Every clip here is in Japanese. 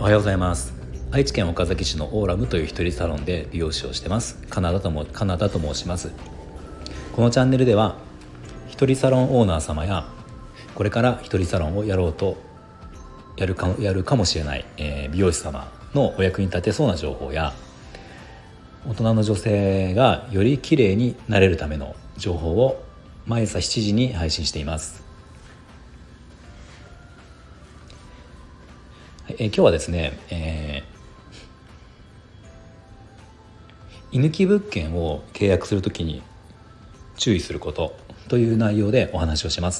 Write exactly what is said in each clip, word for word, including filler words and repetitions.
おはようございます。愛知県岡崎市のオーラムという一人サロンで美容師をしてます。カナダともカナダと申します。このチャンネルでは一人サロンオーナー様やこれから一人サロンをやろうとやるかやるかもしれない、えー、美容師様のお役に立てそうな情報や大人の女性がより綺麗になれるための情報を毎朝しちじに配信しています。はい、えー、今日はですね、えー、居抜き物件を契約するときに注意することという内容でお話をします。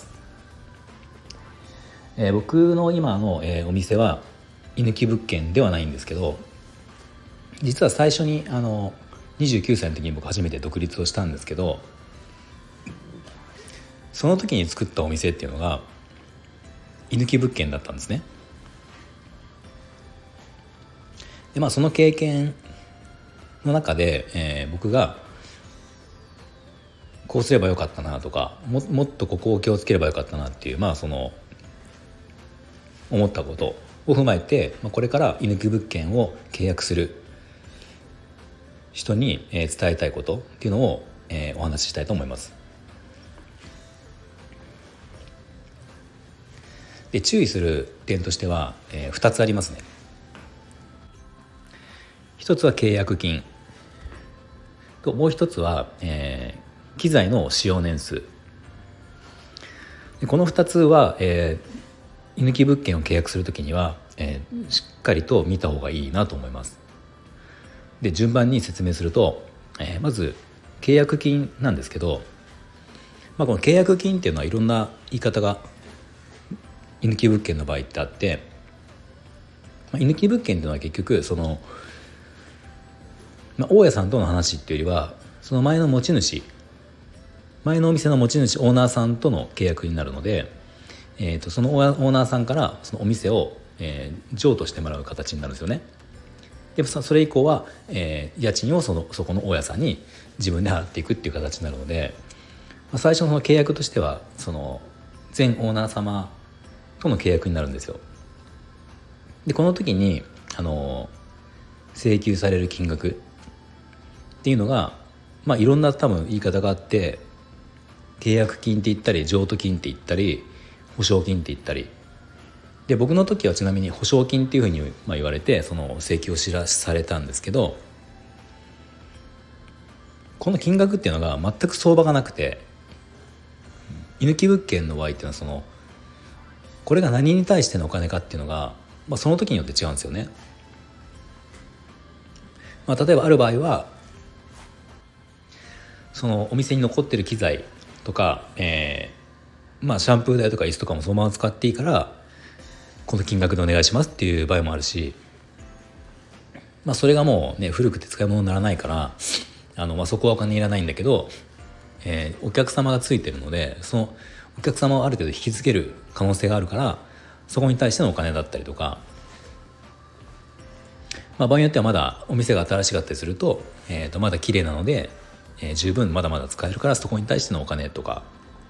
えー、僕の今の、えー、お店は居抜き物件ではないんですけど、実は最初にあのにじゅうきゅうさいの時に僕初めて独立をしたんですけど、その時に作ったお店っていうのが居抜き物件だったんですね。でまあその経験の中で、えー、僕がこうすればよかったなとか も, もっとここを気をつければよかったなっていう、まあその思ったことを踏まえて、まあ、これから居抜き物件を契約する人に、えー、伝えたいことっていうのを、えー、お話ししたいと思います。で注意する点としては、えー、ふたつありますね。一つは契約金と、もう一つは、えー、機材の使用年数。でこのふたつは、えー、居抜き物件を契約するときには、えー、しっかりと見た方がいいなと思います。で順番に説明すると、えー、まず契約金なんですけど、まあ、この契約金っていうのはいろんな言い方が居抜き物件の場合ってあって、まあ、居抜き物件っていうのは結局その、まあ、大家さんとの話っていうよりはその前の持ち主前のお店の持ち主オーナーさんとの契約になるので、えー、とそのオーナーさんからそのお店を、えー、譲渡してもらう形になるんですよね。でそれ以降は、えー、家賃をそのそこの大家さんに自分で払っていくっていう形になるので、まあ、最初のその契約としてはその前オーナー様との契約になるんですよ。でこの時にあの請求される金額っていうのが、まあ、いろんな多分言い方があって、契約金って言ったり譲渡金って言ったり保証金って言ったりで、僕の時はちなみに保証金っていうふうにまあ言われてその請求を知らされたんですけど、この金額っていうのが全く相場がなくて、居抜き物件の場合っていうのはそのこれが何に対してのお金かっていうのが、まあ、その時によって違うんですよね。まあ、例えばある場合はそのお店に残ってる機材とか、えーまあ、シャンプー台とか椅子とかもそのまま使っていいからこの金額でお願いしますっていう場合もあるし、まあ、それがもうね古くて使い物にならないからあの、まあ、そこはお金いらないんだけど、えー、お客様がついてるのでそのお客様をある程度引きつける可能性があるからそこに対してのお金だったりとか、まあ、場合によってはまだお店が新しかったりすると、えー、とまだ綺麗なので、えー、十分まだまだ使えるからそこに対してのお金とか、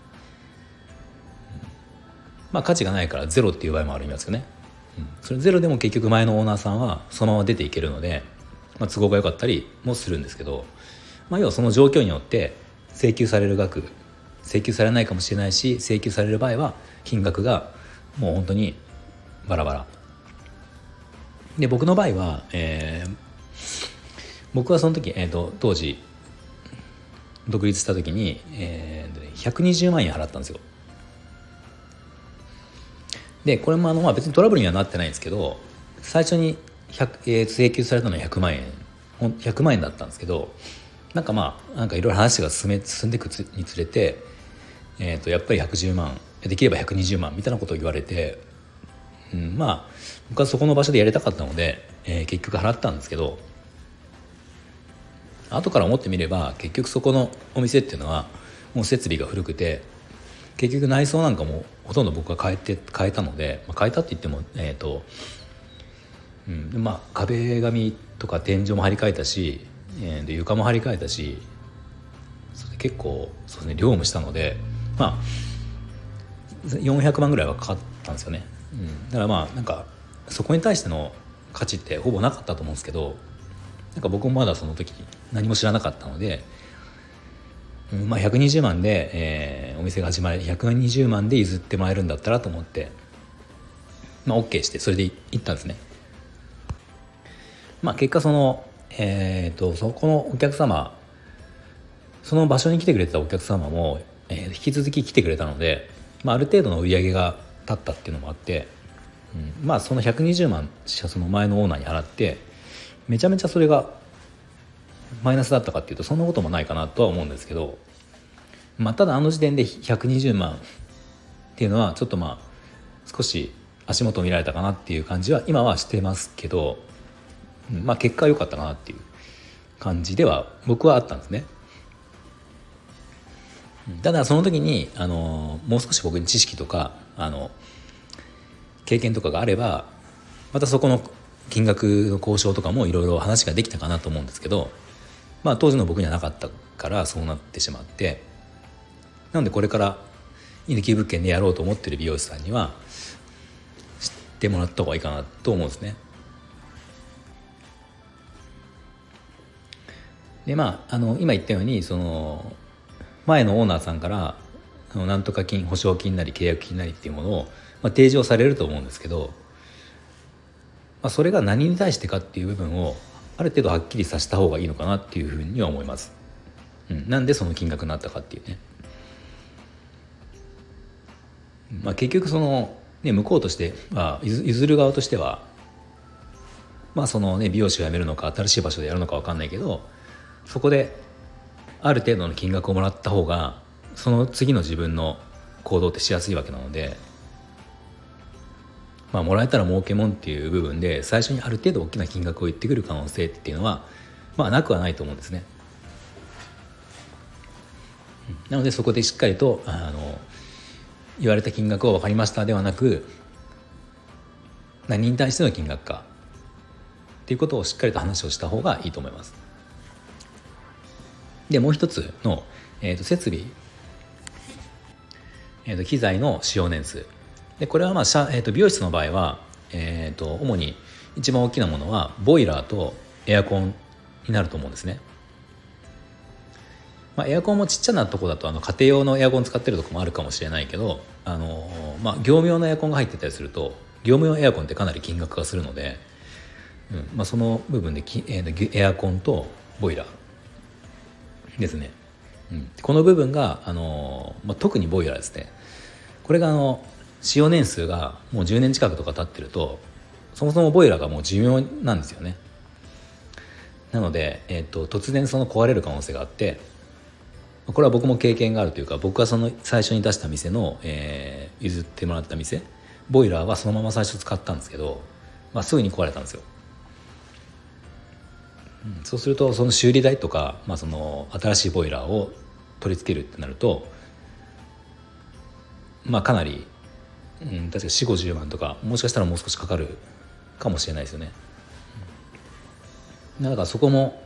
まあ、価値がないからゼロっていう場合もありますよね。うん、それゼロでも結局前のオーナーさんはそのまま出ていけるので、まあ、都合が良かったりもするんですけど、まあ、要はその状況によって請求される額請求されないかもしれないし、請求される場合は金額がもう本当にバラバラで、僕の場合は、えー、僕はその時、えー、と当時独立した時に、えー、ひゃくにじゅうまんえん払ったんですよ。でこれもあの、まあ、別にトラブルにはなってないんですけど、最初にひゃく、えー、請求されたのはひゃくまんえんひゃくまんえんだったんですけど、なんかまあなんかいろいろ話が進め進んでいくにつれて、えー、とやっぱりひゃくじゅうまんできればひゃくにじゅうまんみたいなことを言われて、うん、まあ僕はそこの場所でやりたかったので、えー、結局払ったんですけど、後から思ってみれば結局そこのお店っていうのはもう設備が古くて、結局内装なんかもほとんど僕が変えて変えたので、まあ、変えたって言っても、えーとうんまあ、壁紙とか天井も張り替えたし、えー、で床も張り替えたし、それ結構そうですね、量もしたので、まあよんひゃくまんぐらいはかかったんですよね。うん、だからまあなんかそこに対しての価値ってほぼなかったと思うんですけど、なんか僕もまだその時何も知らなかったので、うんまあ、ひゃくにじゅうまんで、えー、お店が始まりひゃくにじゅうまんで譲ってもらえるんだったらと思って、まあ、OK してそれで行ったんですね。まあ、結果その、えー、とそこのお客様、その場所に来てくれてたお客様も、えー、引き続き来てくれたので、まあ、ある程度の売り上げが立ったっていうのもあって、うん、まあそのひゃくにじゅうまんその前のオーナーに払ってめちゃめちゃそれがマイナスだったかっていうとそんなこともないかなとは思うんですけど、まあ、ただあの時点でひゃくにじゅうまんっていうのはちょっとまあ少し足元を見られたかなっていう感じは今はしてますけど、まあ結果は良かったかなっていう感じでは僕はあったんですね。ただその時にあのもう少し僕に知識とかあの経験とかがあればまたそこの金額の交渉とかもいろいろ話ができたかなと思うんですけど、まあ当時の僕にはなかったからそうなってしまって、なのでこれから居抜き物件でやろうと思ってる美容師さんには知ってもらった方がいいかなと思うんですね。でまああの今言ったようにその前のオーナーさんからなんとか金保証金なり契約金なりっていうものを、まあ、提示をされると思うんですけど、まあ、それが何に対してかっていう部分をある程度はっきりさせた方がいいのかなっていうふうには思います、うん、なんでその金額になったかっていうね、まあ、結局その、ね、向こうとして、まあ、譲る側としては、まあそのね、美容師を辞めるのか新しい場所でやるのか分かんないけどそこである程度の金額をもらった方がその次の自分の行動ってしやすいわけなので、まあ、もらえたら儲けもんっていう部分で最初にある程度大きな金額を言ってくる可能性っていうのはまあなくはないと思うんですね。なのでそこでしっかりとあの言われた金額を分かりましたではなく何に対しての金額かっていうことをしっかりと話をした方がいいと思います。でもう一つの、えー、と設備、えー、と機材の使用年数で、これは、まあえー、と美容室の場合は、えー、と主に一番大きなものはボイラーとエアコンになると思うんですね。まあ、エアコンもちっちゃなとこだとあの家庭用のエアコン使ってるとこもあるかもしれないけど、あのーまあ、業務用のエアコンが入ってたりすると業務用エアコンってかなり金額がするので、うんまあ、その部分でき、えー、エアコンとボイラーですね、うん、この部分が、あのまあ、特にボイラーですね。これがあの使用年数がもうじゅうねん近くとか経ってるとそもそもボイラーがもう寿命なんですよね。なので、えー、と突然その壊れる可能性があって、これは僕も経験があるというか僕はその最初に出した店の、えー、譲ってもらった店ボイラーはそのまま最初使ったんですけど、まあ、すぐに壊れたんですよ。そうするとその修理代とか、まあ、その新しいボイラーを取り付けるってなると、まあ、かなり、うん、確かよんじゅうごじゅうまんとかもしかしたらもう少しかかるかもしれないですよね。だからそこも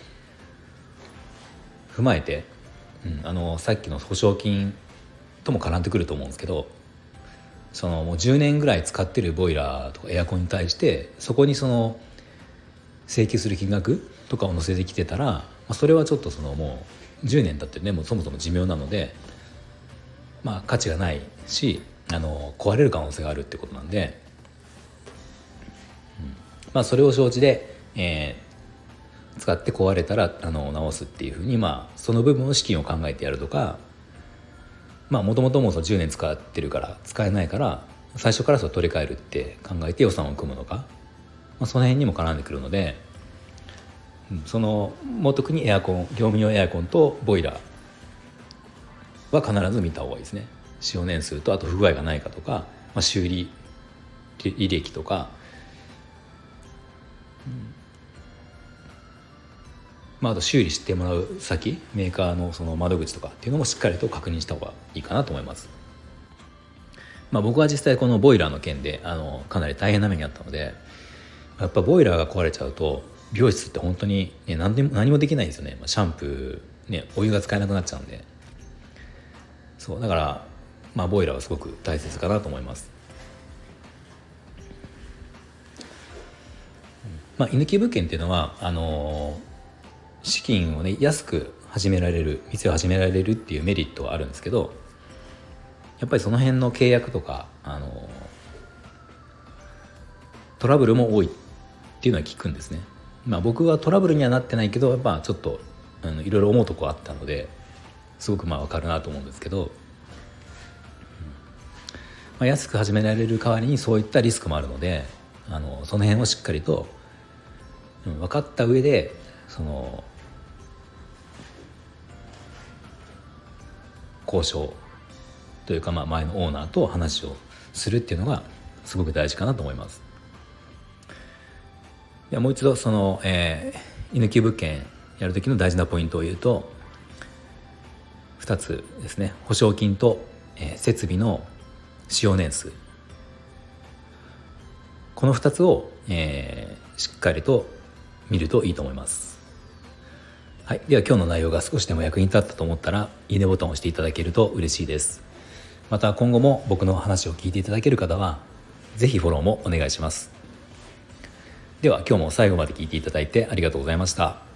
踏まえて、うん、あのさっきの保証金とも絡んでくると思うんですけど、そのもうじゅうねんぐらい使ってるボイラーとかエアコンに対してそこにその請求する金額とかを載せてきてたら、まあ、それはちょっとそのもうじゅうねん経ってねもうそもそも寿命なので、まあ、価値がないしあの壊れる可能性があるってことなんで、うんまあ、それを承知で、えー、使って壊れたらあの直すっていうふうに、まあ、その部分の資金を考えてやるとか、まあもともともうじゅうねん使ってるから使えないから最初からそれ取り替えるって考えて予算を組むのか、まあ、その辺にも絡んでくるので、そのもう特にエアコン業務用エアコンとボイラーは必ず見た方がいいですね。使用年数とあと不具合がないかとか、まあ、修理履歴とか、うんまあ、あと修理してもらう先メーカーのその窓口とかっていうのもしっかりと確認した方がいいかなと思います。まあ、僕は実際このボイラーの件であのかなり大変な目にあったので、やっぱボイラーが壊れちゃうと美容室って本当に、ね、何でも何もできないんですよね。シャンプー、ね、お湯が使えなくなっちゃうんで、そうだから、まあ、ボイラーはすごく大切かなと思います。 まあ、居抜き物件っていうのはあの資金をね安く始められる店を始められるっていうメリットはあるんですけど、やっぱりその辺の契約とかあのトラブルも多いっていうのは聞くんですね。まあ、僕はトラブルにはなってないけど、やっぱちょっとあのいろいろ思うとこあったのですごくまあ分かるなと思うんですけど、うんまあ、安く始められる代わりにそういったリスクもあるので、あのその辺をしっかりと、うん、分かった上でその交渉というか、まあ、前のオーナーと話をするっていうのがすごく大事かなと思います。ではもう一度その、えー、居抜き物件やる時の大事なポイントを言うとふたつですね。保証金と、えー、設備の使用年数、このふたつを、えー、しっかりと見るといいと思います。はい、では今日の内容が少しでも役に立ったと思ったらいいねボタンを押していただけると嬉しいです。また今後も僕の話を聞いていただける方はぜひフォローもお願いします。では今日も最後まで聞いていただいてありがとうございました。